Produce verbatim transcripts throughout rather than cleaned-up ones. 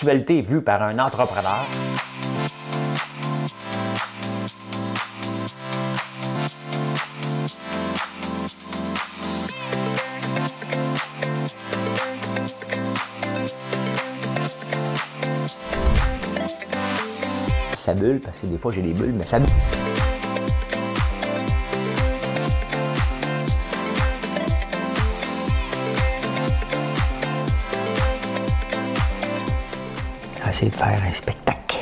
l'actualité vue par un entrepreneur. Ça bulle, parce que des fois j'ai des bulles, mais ça bulle. On va essayer de faire un spectacle.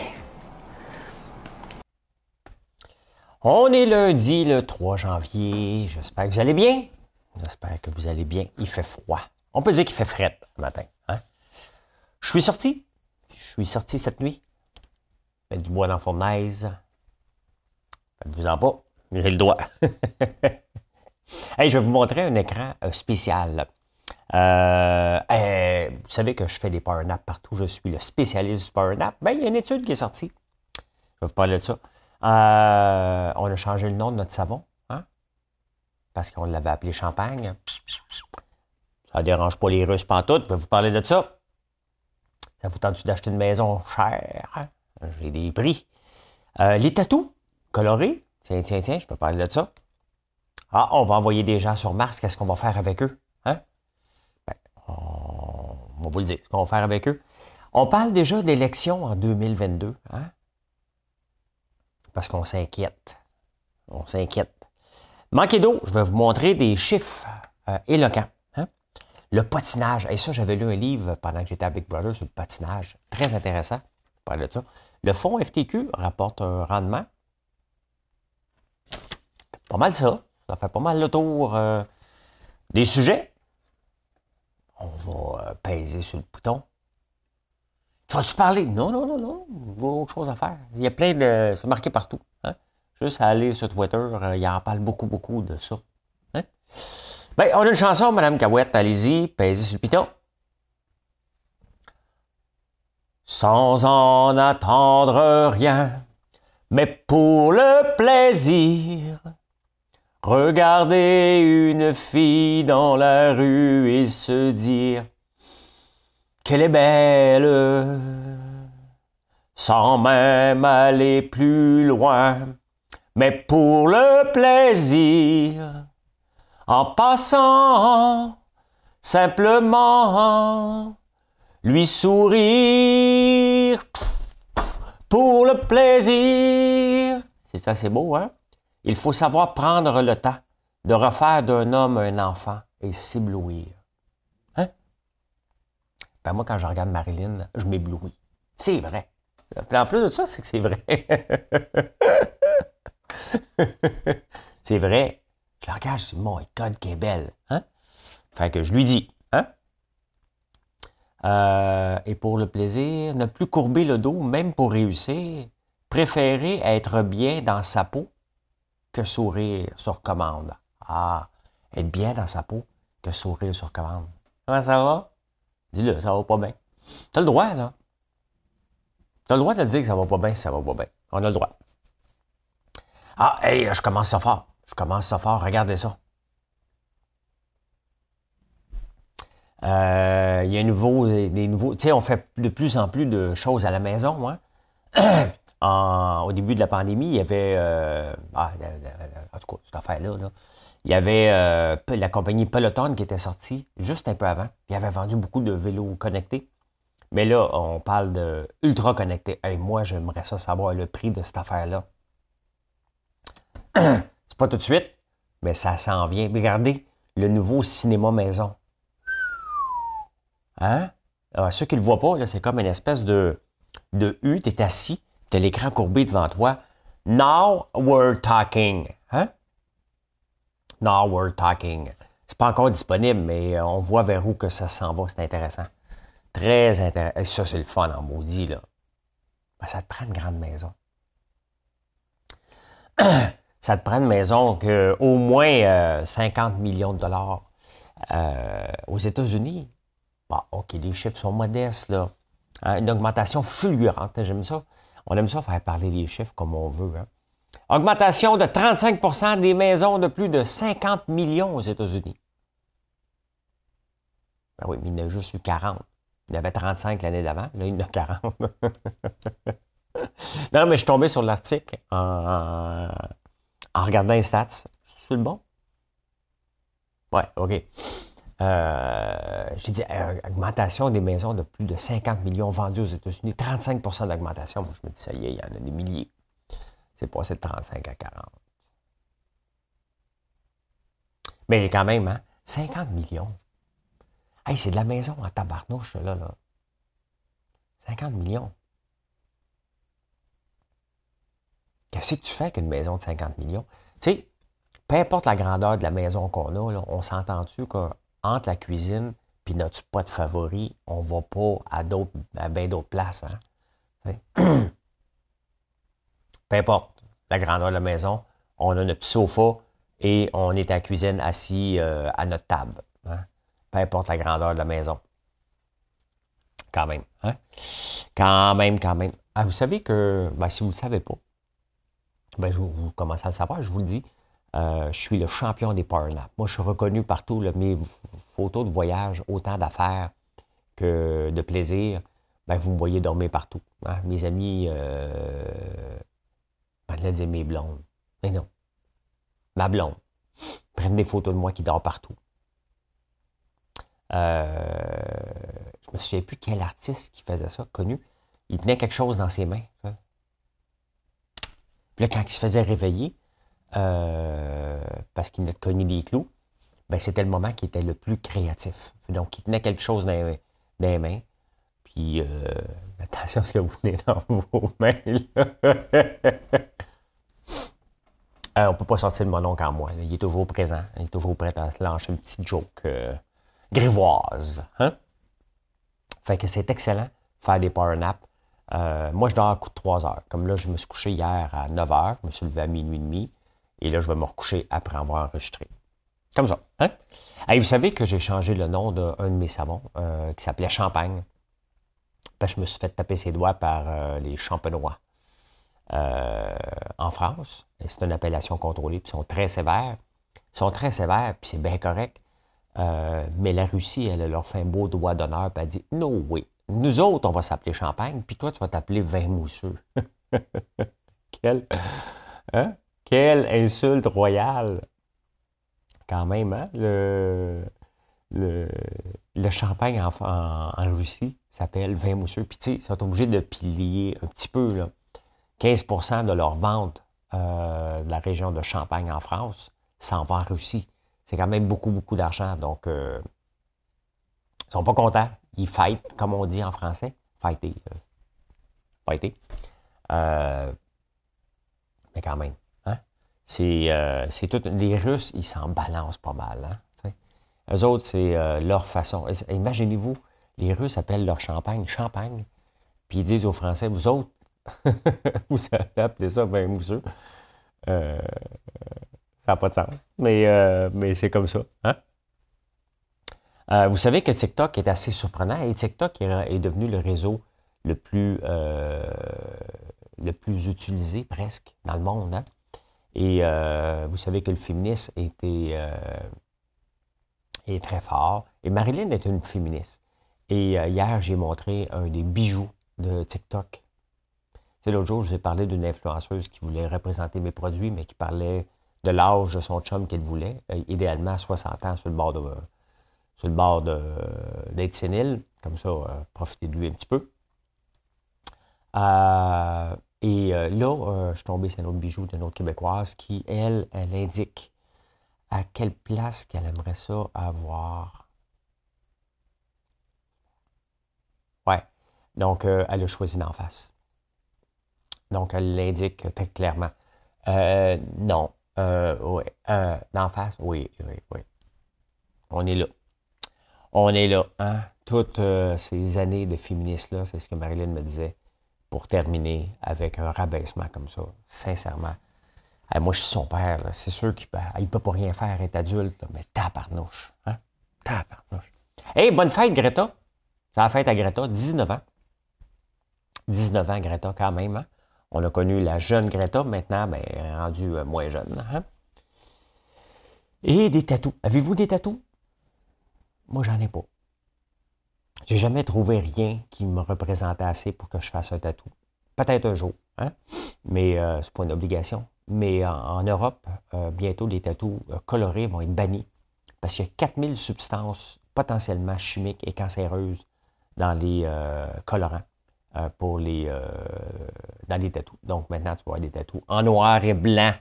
On est lundi, le trois janvier. J'espère que vous allez bien. J'espère que vous allez bien. Il fait froid. On peut dire qu'il fait fret ce matin. Hein? Je suis sorti. Je suis sorti cette nuit. Faites du bois dans la fournaise. Faites-vous-en pas. J'ai le droit. Hey, je vais vous montrer un écran spécial. Euh, euh, vous savez que je fais des power naps partout. Je suis le spécialiste du power nap. Ben, il y a une étude qui est sortie. Je vais vous parler de ça. Euh, on a changé le nom de notre savon. Hein? Parce qu'on l'avait appelé champagne. Ça ne dérange pas les Russes pantoute. Je vais vous parler de ça. Ça vous tente d'acheter une maison chère? Hein? J'ai des prix. Euh, les tatous colorés. Tiens, tiens, tiens, je peux parler de ça. Ah, on va envoyer des gens sur Mars. Qu'est-ce qu'on va faire avec eux? Hein? Ben, on... on va vous le dire. Ce qu'on va faire avec eux. On parle déjà d'élections en deux mille vingt-deux. Hein? Parce qu'on s'inquiète. On s'inquiète. Manquez d'eau. Je vais vous montrer des chiffres euh, éloquents. Hein? Le patinage. Et ça, j'avais lu un livre pendant que j'étais à Big Brother sur le patinage. Très intéressant. Je parle de ça. Le fonds F T Q rapporte un rendement. Pas mal ça. Ça fait pas mal le tour euh, des sujets. On va euh, peser sur le bouton. Vas-tu parler? Non, non, non, non. Il y a autre chose à faire. Il y a plein de... C'est marqué partout. Hein? Juste à aller sur Twitter, euh, il en parle beaucoup, beaucoup de ça. Hein? Ben, on a une chanson, Madame Cahouette. Allez-y, pesez sur le piton. Sans en attendre rien, mais pour le plaisir, regarder une fille dans la rue et se dire qu'elle est belle, sans même aller plus loin, mais pour le plaisir, en passant simplement, lui sourire pour le plaisir. C'est assez beau, hein? Il faut savoir prendre le temps de refaire d'un homme un enfant et s'éblouir. Hein? Ben moi, quand je regarde Marilyn, je m'éblouis. C'est vrai. Puis en plus de ça, c'est que c'est vrai. C'est vrai. Je la regarde, je dis, mon God, qu'elle est belle. Hein? Fait que je lui dis, hein? Euh, et pour le plaisir, ne plus courber le dos, même pour réussir. Préférer être bien dans sa peau que sourire sur commande. Ah, être bien dans sa peau que sourire sur commande. Comment ça va? Dis-le, ça va pas bien. T'as le droit, là. T'as le droit de dire que ça va pas bien si ça va pas bien. On a le droit. Ah, hey, je commence ça fort. Je commence ça fort. Regardez ça. Euh, il y a nouveau, des nouveaux... Tu sais, on fait de plus en plus de choses à la maison. Hein? en, au début de la pandémie, il y avait... Euh, ah, en tout cas, cette affaire-là, là, il y avait euh, la compagnie Peloton qui était sortie juste un peu avant. Puis il avait vendu beaucoup de vélos connectés. Mais là, on parle de ultra connectés. Hey, moi, j'aimerais ça savoir le prix de cette affaire-là. C'est pas tout de suite, mais ça s'en vient. Regardez, le nouveau cinéma maison. Hein? Alors, ceux qui ne le voient pas, là, c'est comme une espèce de, de U. Tu es assis, tu as l'écran courbé devant toi. Now we're talking. Hein? Now we're talking. C'est pas encore disponible, mais on voit vers où que ça s'en va. C'est intéressant. Très intéressant. Ça, c'est le fun en maudit, là. Ben, ça te prend une grande maison. Ça te prend une maison que au moins euh, cinquante millions de dollars euh, aux États-Unis. Bon, OK, les chiffres sont modestes, là. Hein, une augmentation fulgurante. J'aime ça. On aime ça faire parler les chiffres comme on veut. Hein. Augmentation de trente-cinq pour cent des maisons de plus de cinquante millions aux États-Unis. Ben oui, mais il y en a juste eu quarante. Il y en avait trente-cinq l'année d'avant. Là, il y en a quarante. Non, mais je suis tombé sur l'article en, en regardant les stats. C'est le bon? Ouais, OK. Euh, j'ai dit, euh, augmentation des maisons de plus de cinquante millions vendues aux États-Unis, trente-cinq pour cent d'augmentation. Moi, je me dis, ça y est, il y en a des milliers. C'est passé de trente-cinq à quarante. Mais quand même, hein, cinquante millions. Hey, c'est de la maison en tabarnouche, là, là. cinquante millions. Qu'est-ce que tu fais avec une maison de cinquante millions? Tu sais, peu importe la grandeur de la maison qu'on a, là, on s'entend-tu qu'entre la cuisine et notre spot favori, on ne va pas à d'autres, à bien d'autres places, hein? Peu importe la grandeur de la maison, on a notre petit sofa et on est à la cuisine assis euh, à notre table. Hein? Peu importe la grandeur de la maison. Quand même. Hein? Quand même, quand même. Ah, vous savez que, ben, si vous ne le savez pas, ben, je, vous commencez à le savoir, je vous le dis, euh, je suis le champion des power naps. Moi, je suis reconnu partout. Là, mes photos de voyage, autant d'affaires que de plaisir, ben, vous me voyez dormir partout. Hein? Mes amis, euh, on allait dire mes blondes. Mais non. Ma blonde. Prennent des photos de moi qui dort partout. Euh, je me souviens plus quel artiste qui faisait ça, connu. Il tenait quelque chose dans ses mains. Ça. Puis là, quand il se faisait réveiller, euh, parce qu'il venait de cogner des clous, ben, c'était le moment qui était le plus créatif. Donc, il tenait quelque chose dans les, dans les mains. Puis, euh, attention à ce que vous tenez dans vos mains. Euh, on ne peut pas sortir de mon oncle en moi. Là. Il est toujours présent. Il est toujours prêt à se lancer une petite joke euh, grivoise. Hein? Fait que c'est excellent, faire des power naps. Euh, moi, je dors à coup de trois heures. Comme là, je me suis couché hier à neuf heures. Je me suis levé à minuit et demi. Et là, je vais me recoucher après avoir enregistré. Comme ça. Hein? Et vous savez que j'ai changé le nom d'un de mes savons euh, qui s'appelait Champagne. Parce que je me suis fait taper ses doigts par euh, les champenois. Euh, en France. C'est une appellation contrôlée, puis ils sont très sévères. Ils sont très sévères, puis c'est bien correct. Euh, mais la Russie, elle, elle leur fait un beau doigt d'honneur, puis elle dit « No way, nous autres, on va s'appeler Champagne, puis toi, tu vas t'appeler Vin mousseux. » Quelle, hein? Quelle insulte royale! Quand même, hein? Le, le, le champagne en, en, en Russie s'appelle Vin mousseux. Puis tu sais, ils sont obligés de pilier un petit peu, là. quinze pour cent de leur vente euh, de la région de Champagne en France s'en va en Russie. C'est quand même beaucoup, beaucoup d'argent. Donc, euh, ils ne sont pas contents. Ils fight, comme on dit en français. Fighter. Euh, fighter. Euh, mais quand même. Hein? C'est, euh, c'est tout. Les Russes, ils s'en balancent pas mal. Hein? Eux autres, c'est euh, leur façon. Imaginez-vous, les Russes appellent leur champagne champagne. Puis ils disent aux Français, vous autres, vous savez appeler ça vin mousseux. Euh, ça n'a pas de sens. Mais, euh, mais c'est comme ça. Hein? Euh, vous savez que TikTok est assez surprenant et TikTok est, est devenu le réseau le plus, euh, le plus utilisé presque dans le monde. Hein? Et euh, vous savez que le féminisme était, euh, est très fort. Et Marilyn est une féministe. Et euh, hier, j'ai montré un des bijoux de TikTok. Tu sais, l'autre jour, je vous ai parlé d'une influenceuse qui voulait représenter mes produits, mais qui parlait de l'âge de son chum qu'elle voulait, euh, idéalement à soixante ans sur le bord de, euh, sur le bord de, euh, d'être sénile. Comme ça, euh, profitez de lui un petit peu. Euh, et euh, là, euh, je suis tombé sur un autre bijou d'une autre Québécoise qui, elle, elle indique à quelle place qu'elle aimerait ça avoir. Ouais. Donc, euh, elle a choisi d'en face. Donc, elle l'indique très clairement. Euh, non. Euh, oui. Euh, d'en face, oui, oui, oui. On est là. On est là. Hein? Toutes euh, ces années de féministe-là, c'est ce que Marilyn me disait, pour terminer avec un rabaissement comme ça. Sincèrement. Euh, moi, je suis son père. Là. C'est sûr qu'il ne peut pas rien faire, être adulte, là, mais tabarnouche. Hein? Tabarnouche. Hey, bonne fête, Greta. C'est la fête à Greta, dix-neuf ans. dix-neuf ans, Greta, quand même. Hein? On a connu la jeune Greta, maintenant, ben, rendue euh, moins jeune. Hein? Et des tatous. Avez-vous des tatous? Moi, j'en ai pas. J'ai jamais trouvé rien qui me représentait assez pour que je fasse un tatou. Peut-être un jour, hein? Mais euh, c'est pas une obligation. Mais en, en Europe, euh, bientôt, les tatous euh, colorés vont être bannis parce qu'il y a quatre mille substances potentiellement chimiques et cancéreuses dans les euh, colorants euh, pour les, euh, dans les tatous. Donc maintenant, tu vas avoir des tatous en noir et blanc.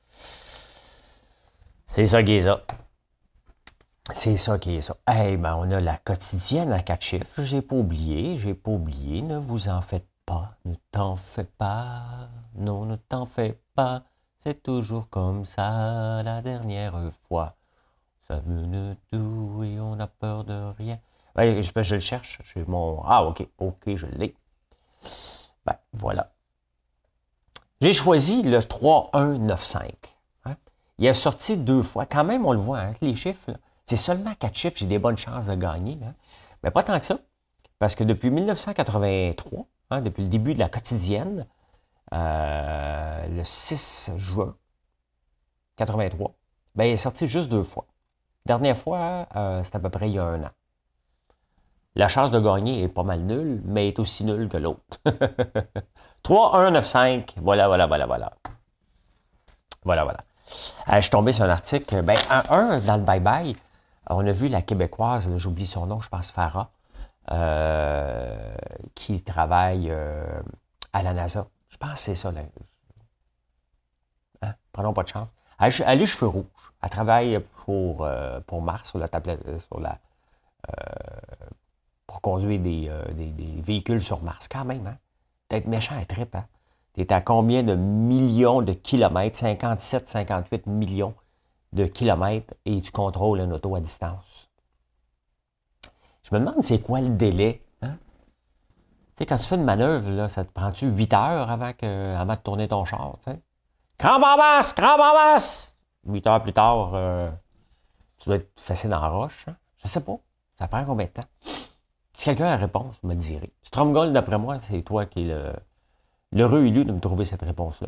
C'est ça qui est ça. C'est ça qui est ça. Hey, ben on a la quotidienne à quatre chiffres. J'ai pas oublié, j'ai pas oublié. Ne vous en faites pas, ne t'en fais pas. Non, ne t'en fais pas. C'est toujours comme ça la dernière fois. Ça mène tout et on a peur de rien. Ben, je, je le cherche. J'ai mon. Ah, ok, ok, je l'ai. Ben, voilà. J'ai choisi le trois un neuf cinq. Hein? Il est sorti deux fois. Quand même, on le voit, hein, les chiffres, là. C'est seulement quatre chiffres, j'ai des bonnes chances de gagner. Hein? Mais pas tant que ça, parce que depuis mille neuf cent quatre-vingt-trois, hein, depuis le début de la quotidienne, euh, le six juin quatre-vingt-trois, ben, il est sorti juste deux fois. Dernière fois, euh, c'est à peu près il y a un an. La chance de gagner est pas mal nulle, mais est aussi nulle que l'autre. trois un neuf cinq, voilà, voilà, voilà, voilà. Voilà, voilà. Euh, je suis tombé sur un article, ben, un, un dans le bye-bye, on a vu la Québécoise, là, j'oublie son nom, je pense Farah, euh, qui travaille euh, à la NASA. Je pense que c'est ça. Là. Hein? Prenons pas de chance. Elle, elle a les cheveux rouges. Elle travaille pour, euh, pour Mars, sur la tablette, sur la, euh, pour conduire des, euh, des, des véhicules sur Mars. Quand même, hein? Peut-être méchant et trip, hein? T'es à combien de millions de kilomètres? cinquante-sept, cinquante-huit millions de kilomètres et tu contrôles une auto à distance. Je me demande c'est quoi le délai. Hein? Tu sais, quand tu fais une manœuvre, là, ça te prend-tu huit heures avant, que, avant de tourner ton char? Tu sais? Crampe en masse! Crampe en masse! huit heures plus tard, euh, tu dois être fessé dans la roche. Hein? Je sais pas. Ça prend combien de temps? Si quelqu'un a la réponse, je me dirai. Stromgold, d'après moi, c'est toi qui es le, l'heureux élu de me trouver cette réponse-là.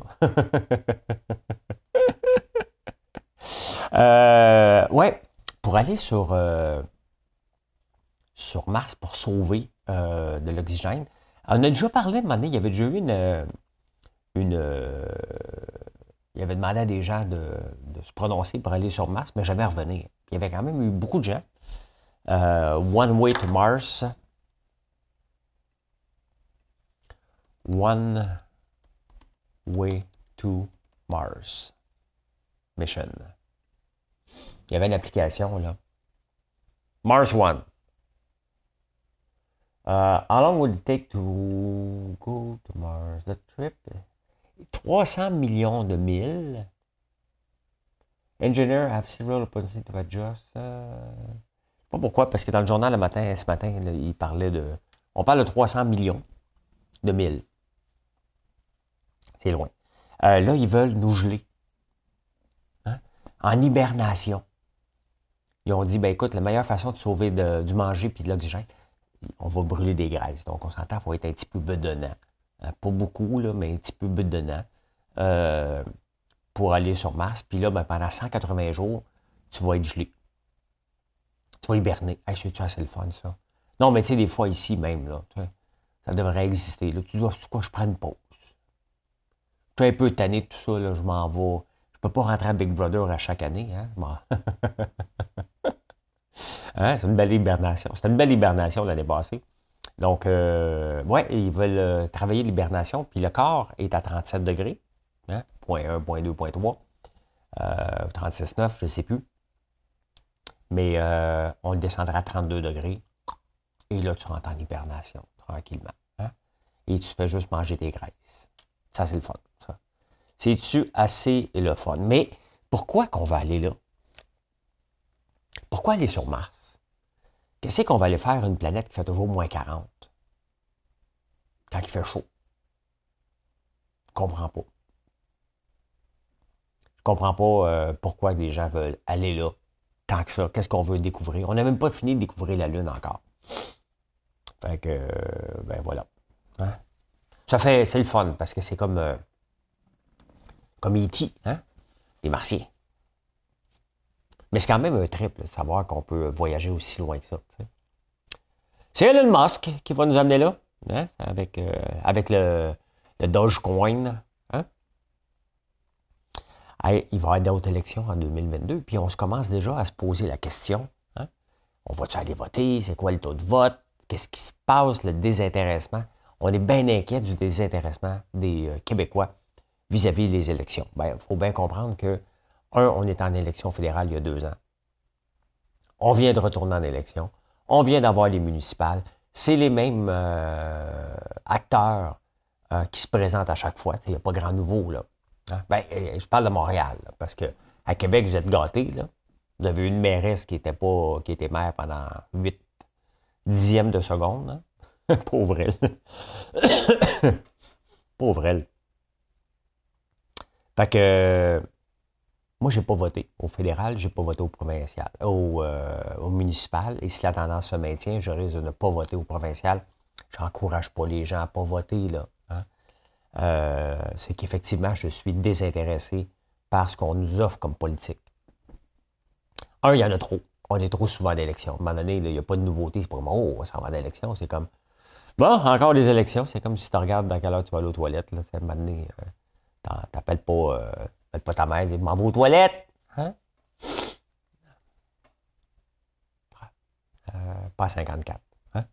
euh, ouais, pour aller sur, euh, sur Mars pour sauver euh, de l'oxygène. On a déjà parlé, à un moment donné, il y avait déjà eu une... une euh, il avait demandé à des gens de, de se prononcer pour aller sur Mars, mais jamais revenir. Il y avait quand même eu beaucoup de gens. Euh, One Way to Mars. One Way to Mars Mission. Il y avait une application, là. Mars One. Uh, how long would it take to go to Mars? The trip? trois cents millions de milles. Engineers have several opportunities to adjust. Uh, pas pourquoi, parce que dans le journal le matin, ce matin, là, il parlait de... On parle de trois cents millions de milles. C'est loin. Euh, là, ils veulent nous geler. Hein? En hibernation. Ils ont dit, ben écoute, la meilleure façon de sauver de, du manger puis de l'oxygène, on va brûler des graisses. Donc, on s'entend, il faut être un petit peu bedonnant. Hein? Pas beaucoup, là, mais un petit peu bedonnant. Euh, pour aller sur Mars. Puis là, ben, pendant cent quatre-vingts jours, tu vas être gelé. Tu vas hiberner. Hey, c'est ça, c'est le fun, ça. Non, mais tu sais, des fois ici même, là, ça devrait exister. Là. Tu dois, quoi, je prends une pause. Je suis un peu tanné de tout ça, là, je m'en vais. Je peux pas rentrer à Big Brother à chaque année. Hein? Bon. Hein? C'est une belle hibernation. C'était une belle hibernation l'année passée. Donc, euh, ouais, ils veulent euh, travailler l'hibernation, puis le corps est à trente-sept degrés. Hein? Point un, point deux, point trois. Euh, trente-six neuf, je ne sais plus. Mais euh, on le descendra à trente-deux degrés. Et là, tu rentres en hibernation, tranquillement. Hein? Et tu fais juste manger tes graisses. Ça, c'est le fun. Ça. C'est-tu assez le fun? Mais pourquoi qu'on va aller là? Pourquoi aller sur Mars? Qu'est-ce qu'on va aller faire une planète qui fait toujours moins quarante? Quand il fait chaud. Je comprends pas. Je comprends pas euh, pourquoi les gens veulent aller là. Tant que ça, qu'est-ce qu'on veut découvrir? On n'a même pas fini de découvrir la Lune encore. Fait que, euh, ben voilà. Hein? Ça fait, c'est le fun, parce que c'est comme, euh, comme E T, hein? Les Martiens. Mais c'est quand même un trip, là, de savoir qu'on peut voyager aussi loin que ça. T'sais. C'est Elon Musk qui va nous amener là, hein, avec, euh, avec le, le Dogecoin. Hein? Hey, il va y avoir d'autres élections en deux mille vingt-deux, puis on se commence déjà à se poser la question. Hein? On va-tu aller voter? C'est quoi le taux de vote? Qu'est-ce qui se passe, le désintéressement? On est bien inquiet du désintéressement des euh, Québécois vis-à-vis des élections. Bien, il faut bien comprendre que, un, on est en élection fédérale il y a deux ans. On vient de retourner en élection. On vient d'avoir les municipales. C'est les mêmes euh, acteurs euh, qui se présentent à chaque fois. Il n'y a pas grand nouveau, là. Hein? Ben, je parle de Montréal, là, parce que à Québec, vous êtes gâtés, là. Vous avez une mairesse qui était pas, qui était maire pendant huit dixièmes de seconde. Hein? Pauvre elle. Pauvre elle. Fait que moi, j'ai pas voté au fédéral, j'ai pas voté au provincial, au, euh, au municipal. Et si la tendance se maintient, je risque de ne pas voter au provincial. J'encourage pas les gens à pas voter, là. Hein? Euh, c'est qu'effectivement, je suis désintéressé par ce qu'on nous offre comme politique. Un, il y en a trop. On est trop souvent à l'élection. À un moment donné, il n'y a pas de nouveauté. C'est pas comme, oh, ça va à l'élection. C'est comme, bon, encore des élections. C'est comme si tu regardes dans quelle heure tu vas aller aux toilettes. Là. À un moment donné, euh, t'appelles pas, euh, pas ta mère, dis, m'en va aux toilettes. Hein? Euh, pas à cinquante-quatre. Hein?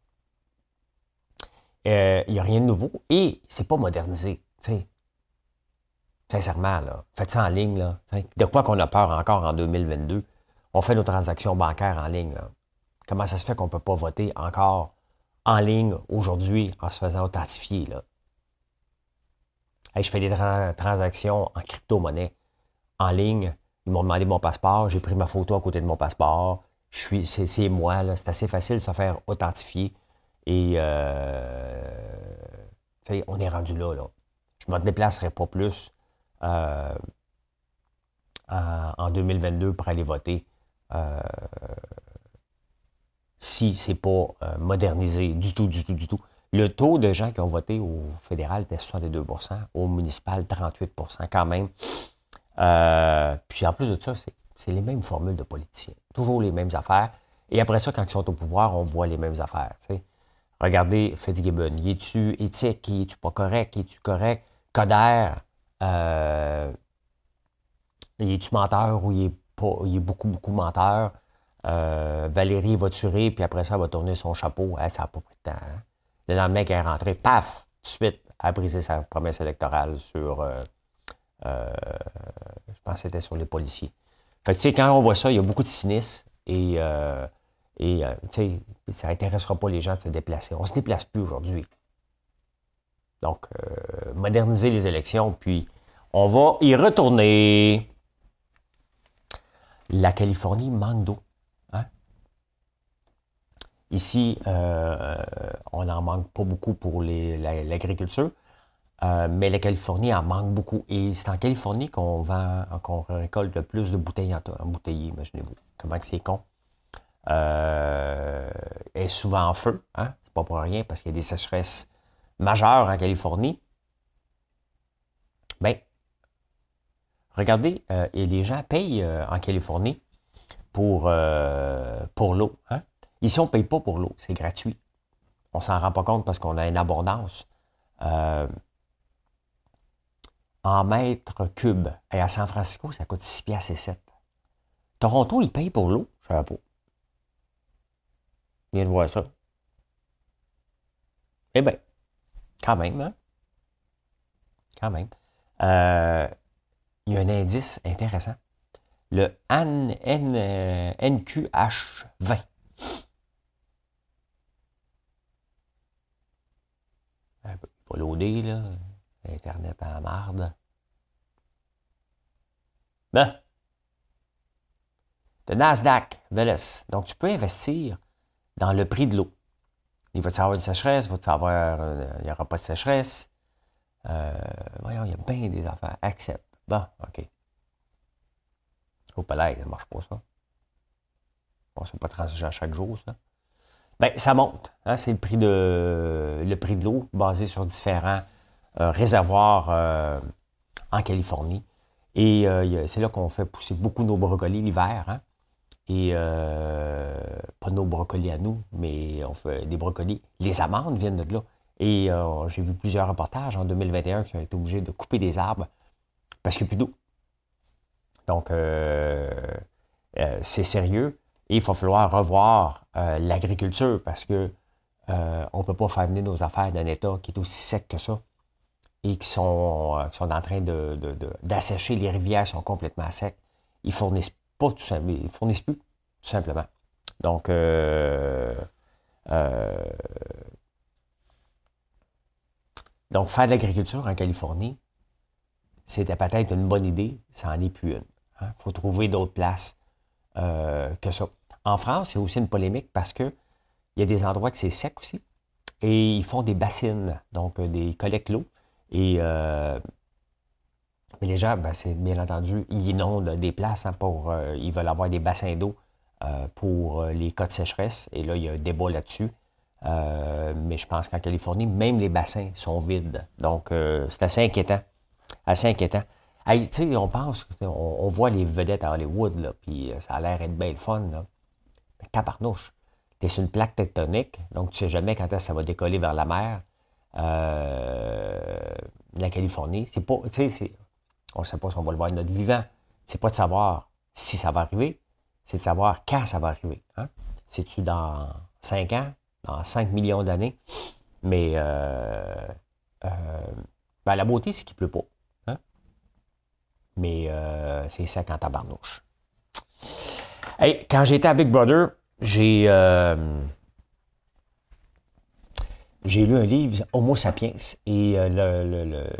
Euh, il n'y a rien de nouveau. Et c'est pas modernisé. T'sais. Sincèrement, là. Faites ça en ligne. Là. De quoi qu'on a peur encore en deux mille vingt-deux? On fait nos transactions bancaires en ligne. Là. Comment ça se fait qu'on ne peut pas voter encore en ligne aujourd'hui en se faisant authentifier? Là? Hey, je fais des tra- transactions en crypto-monnaie en ligne. Ils m'ont demandé mon passeport. J'ai pris ma photo à côté de mon passeport. Je suis, c'est, c'est moi. Là. C'est assez facile de se faire authentifier. Et euh, on est rendu là. là. Je ne me déplacerai pas plus euh, en, en deux mille vingt-deux pour aller voter. Euh, si c'est pas euh, modernisé du tout, du tout, du tout. Le taux de gens qui ont voté au fédéral était soixante-deux pour cent, au municipal trente-huit pour cent quand même. Euh, puis en plus de ça, c'est, c'est les mêmes formules de politiciens. Toujours les mêmes affaires. Et après ça, quand ils sont au pouvoir, on voit les mêmes affaires. T'sais. Regardez Fitzgibbon. Y es-tu éthique? Y es-tu pas correct? Y es-tu correct? Coder. Euh, y es-tu menteur ou y est pas, il est beaucoup, beaucoup menteur. Euh, Valérie va tuer, puis après ça, elle va tourner son chapeau. Hey, ça n'a pas pris de temps. Hein? Le lendemain qu'elle est rentrée, paf, tout de suite, elle a brisé sa promesse électorale sur, euh, euh, je pense que c'était sur les policiers. Fait que, tu sais, quand on voit ça, il y a beaucoup de cynisme et, euh, et euh, tu sais, ça n'intéressera pas les gens de se déplacer. On ne se déplace plus aujourd'hui. Donc, euh, moderniser les élections, puis on va y retourner. La Californie manque d'eau. Hein? Ici, euh, on n'en manque pas beaucoup pour les, la, l'agriculture, euh, mais la Californie en manque beaucoup. Et c'est en Californie qu'on vend, qu'on récolte le plus de bouteilles embouteillées, imaginez-vous. Comment que c'est con. Euh, est souvent en feu, hein? C'est pas pour rien, parce qu'il y a des sécheresses majeures en Californie. Bien, regardez, euh, et les gens payent euh, en Californie pour, euh, pour l'eau. Hein? Ici, on ne paye pas pour l'eau, c'est gratuit. On ne s'en rend pas compte parce qu'on a une abondance. Euh, en mètres cubes. Et à San Francisco, ça coûte six piastres et sept. Toronto, ils payent pour l'eau, je ne sais pas. Je viens de voir ça. Eh bien, quand même, hein? Quand même. Euh, il y a un indice intéressant. Le N Q H vingt. Il va loader, là. Internet en marde. Ben. Le Nasdaq, Veles. Donc, tu peux investir dans le prix de l'eau. Il va y avoir une sécheresse, il va y avoir, euh, il n'y aura pas de sécheresse. Euh, voyons, il y a bien des affaires. Accepte. Bon, OK. Au palais, ça ne marche pas, ça. Bon, c'est pas transigeant chaque jour, ça. Bien, ça monte. Hein? C'est le prix de le prix de l'eau basé sur différents euh, réservoirs euh, en Californie. Et euh, c'est là qu'on fait pousser beaucoup nos brocolis l'hiver. Hein? Et euh, pas nos brocolis à nous, mais on fait des brocolis. Les amandes viennent de là. Et euh, j'ai vu plusieurs reportages en deux mille vingt et un qui ont été obligés de couper des arbres parce qu'il n'y a plus d'eau. Donc, euh, euh, c'est sérieux. Et il va falloir revoir euh, l'agriculture parce que euh, on ne peut pas faire venir nos affaires d'un État qui est aussi sec que ça et qui sont, euh, qui sont en train de, de, de, d'assécher. Les rivières sont complètement secs. Ils fournissent pas tout simplement. Ils fournissent plus, tout simplement. Donc, euh, euh, donc faire de l'agriculture en Californie, c'était peut-être une bonne idée, ça n'en est plus une. Il hein? faut trouver d'autres places euh, que ça. En France, il y a aussi une polémique parce que il y a des endroits que c'est sec aussi. Et ils font des bassines, donc euh, des collectent l'eau. Et euh, mais les gens, ben, c'est bien entendu, ils inondent des places hein, pour. Euh, ils veulent avoir des bassins d'eau euh, pour euh, les cas de sécheresse. Et là, il y a un débat là-dessus. Euh, mais je pense qu'en Californie, même les bassins sont vides. Donc, euh, c'est assez inquiétant. Assez inquiétant. Hey, tu sais, on pense, on, on voit les vedettes à Hollywood, là, puis ça a l'air d'être bien le fun, là. Mais tabarnouche. Tu es sur une plaque tectonique, donc tu sais jamais quand est-ce que ça va décoller vers la mer. Euh, la Californie, c'est pas, tu sais, c'est, on ne sait pas si on va le voir de notre vivant. C'est pas de savoir si ça va arriver, c'est de savoir quand ça va arriver. Hein? C'est-tu dans cinq ans, dans cinq millions d'années? Mais euh, euh, ben, la beauté, c'est qu'il ne pleut pas. Hein? Mais euh, c'est ça quand tabarnouche. Hey, quand j'étais à Big Brother, j'ai euh, j'ai lu un livre, Homo sapiens, et euh, le, le, le,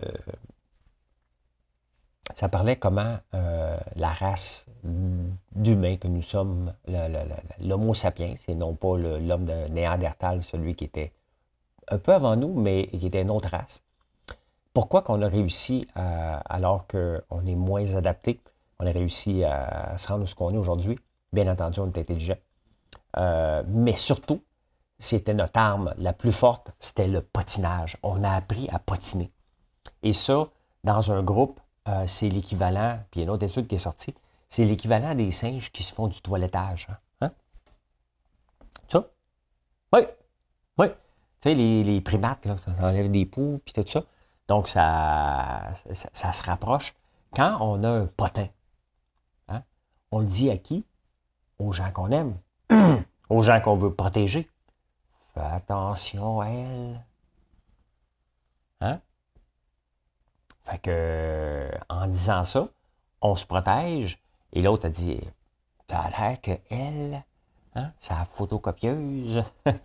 ça parlait comment euh, la race d'humains que nous sommes, le, le, le, l'Homo sapiens, et non pas le, l'homme de Néandertal, celui qui était un peu avant nous, mais qui était une autre race. Pourquoi qu'on a réussi, à, alors qu'on est moins adapté, on a réussi à se rendre où ce qu'on est aujourd'hui? Bien entendu, on est intelligent. Euh, mais surtout, c'était notre arme la plus forte, c'était le patinage. On a appris à patiner. Et ça, dans un groupe, euh, c'est l'équivalent, puis il y a une autre étude qui est sortie, c'est l'équivalent des singes qui se font du toilettage. Hein? Hein? Ça? Oui, oui. Tu sais, les, les primates, là, ça enlève des poux, puis tout ça. Donc, ça, ça, ça se rapproche. Quand on a un potin, hein, on le dit à qui? Aux gens qu'on aime, aux gens qu'on veut protéger. Fais attention à elle. Hein? Fait que, en disant ça, on se protège. Et l'autre a dit, t'as l'air que elle, hein, sa photocopieuse.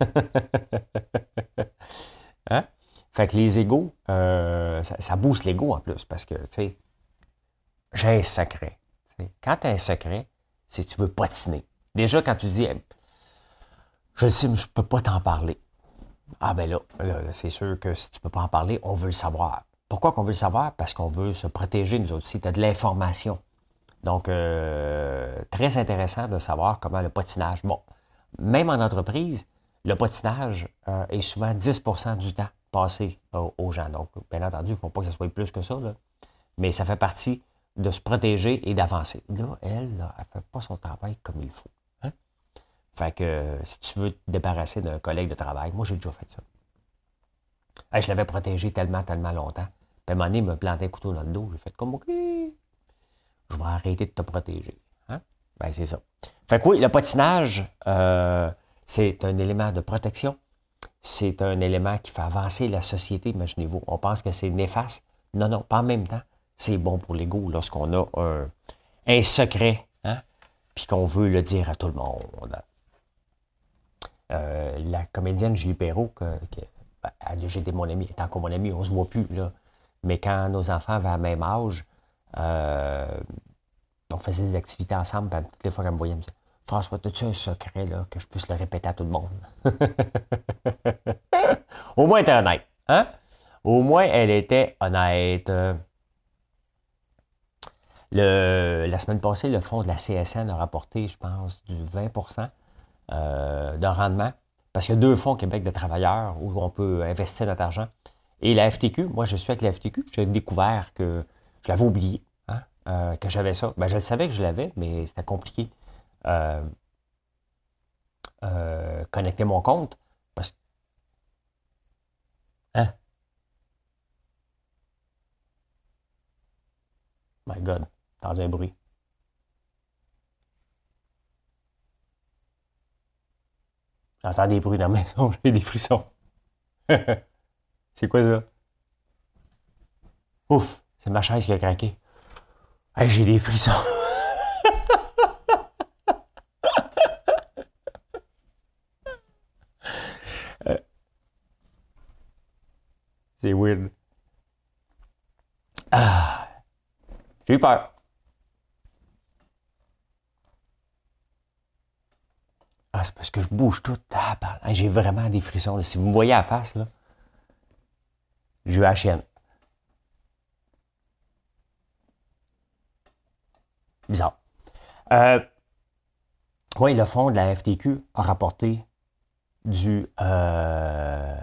Hein? Fait que les égos, euh, ça, ça booste l'ego en plus, parce que, tu sais, j'ai un secret. T'sais. Quand tu as un secret, c'est que tu veux patiner. Déjà, quand tu dis, je sais, mais je ne peux pas t'en parler. Ah ben là, là, là, c'est sûr que si tu ne peux pas en parler, on veut le savoir. Pourquoi qu'on veut le savoir? Parce qu'on veut se protéger, nous autres aussi. Tu as de l'information. Donc, euh, très intéressant de savoir comment le patinage... Bon, même en entreprise, le patinage euh, est souvent dix pour cent du temps passé euh, aux gens. Donc, bien entendu, il ne faut pas que ce soit plus que ça, là. Mais ça fait partie de se protéger et d'avancer. Là, elle, là, elle ne fait pas son travail comme il faut. Hein? Fait que euh, si tu veux te débarrasser d'un collègue de travail, moi, j'ai déjà fait ça. Hey, je l'avais protégé tellement, tellement longtemps. Puis à un moment donné, il me plantait un couteau dans le dos. J'ai fait comme, OK, je vais arrêter de te protéger. Hein? Ben, c'est ça. Fait que oui, le patinage, euh, c'est un élément de protection. C'est un élément qui fait avancer la société, imaginez-vous. On pense que c'est néfaste. Non, non, pas en même temps. C'est bon pour l'ego lorsqu'on a un, un secret, hein, puis qu'on veut le dire à tout le monde. Euh, la comédienne Julie Perrault, que, que, ben, elle a été mon amie, elle est encore mon amie, on se voit plus, là. Mais quand nos enfants avaient le même âge, euh, on faisait des activités ensemble, puis toutes les fois qu'elle me voyait, elle me disait, François, as-tu un secret, là, que je puisse le répéter à tout le monde? Au moins, elle était honnête, hein? Au moins, elle était honnête. Le, la semaine passée, le fonds de la C S N a rapporté, je pense, du vingt pour cent euh, de rendement. Parce qu'il y a deux fonds Québec de travailleurs où on peut investir notre argent. Et la F T Q, moi, je suis avec la F T Q. J'ai découvert que je l'avais oublié, hein, euh, que j'avais ça. Ben, je le savais que je l'avais, mais c'était compliqué euh, euh, connecter mon compte. Parce que, hein? My God, dans un bruit. J'entends des bruits dans la maison, j'ai des frissons. C'est quoi ça? Ouf, c'est ma chaise qui a craqué. Hey, j'ai des frissons. Euh, c'est weird. Ah, j'ai eu peur. Ah, c'est parce que je bouge tout. Ah, hey, j'ai vraiment des frissons. Là. Si vous me voyez à la face, là, j'ai eu la chienne. Bizarre. Euh, oui, le fonds de la F T Q a rapporté du euh,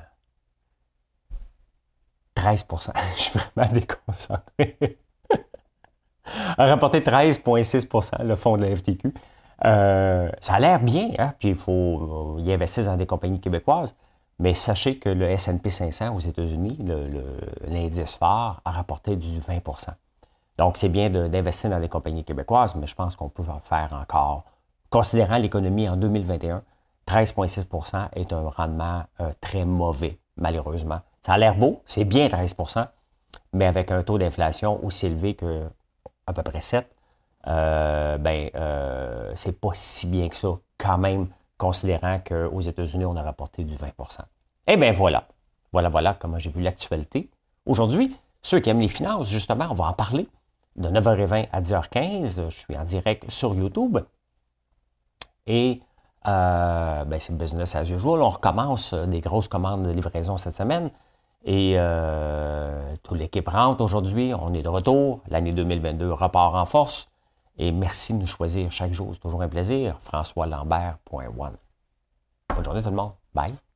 treize pour cent. Je suis vraiment déconcentré. A rapporté treize virgule six pour cent le fonds de la F T Q. Euh, ça a l'air bien, hein? Puis il faut y investir dans des compagnies québécoises. Mais sachez que le S and P cinq cents aux États-Unis, le, le, l'indice phare, a rapporté du vingt pour cent. Donc, c'est bien de, d'investir dans des compagnies québécoises, mais je pense qu'on peut en faire encore. Considérant l'économie en deux mille vingt et un, treize virgule six pour cent est un rendement euh, très mauvais, malheureusement. Ça a l'air beau, c'est bien treize pour cent, mais avec un taux d'inflation aussi élevé que à peu près sept, euh, ben, euh, c'est pas si bien que ça, quand même, considérant qu'aux États-Unis, on a rapporté du vingt pour cent. Eh bien, voilà. Voilà, voilà comment j'ai vu l'actualité. Aujourd'hui, ceux qui aiment les finances, justement, on va en parler. De neuf heures vingt à dix heures quinze, je suis en direct sur YouTube. Et euh, ben, c'est business as usual. On recommence des grosses commandes de livraison cette semaine. Et euh, toute l'équipe rentre aujourd'hui. On est de retour. L'année deux mille vingt-deux repart en force. Et merci de nous choisir chaque jour. C'est toujours un plaisir. François Lambert point one. Bonne journée tout le monde. Bye.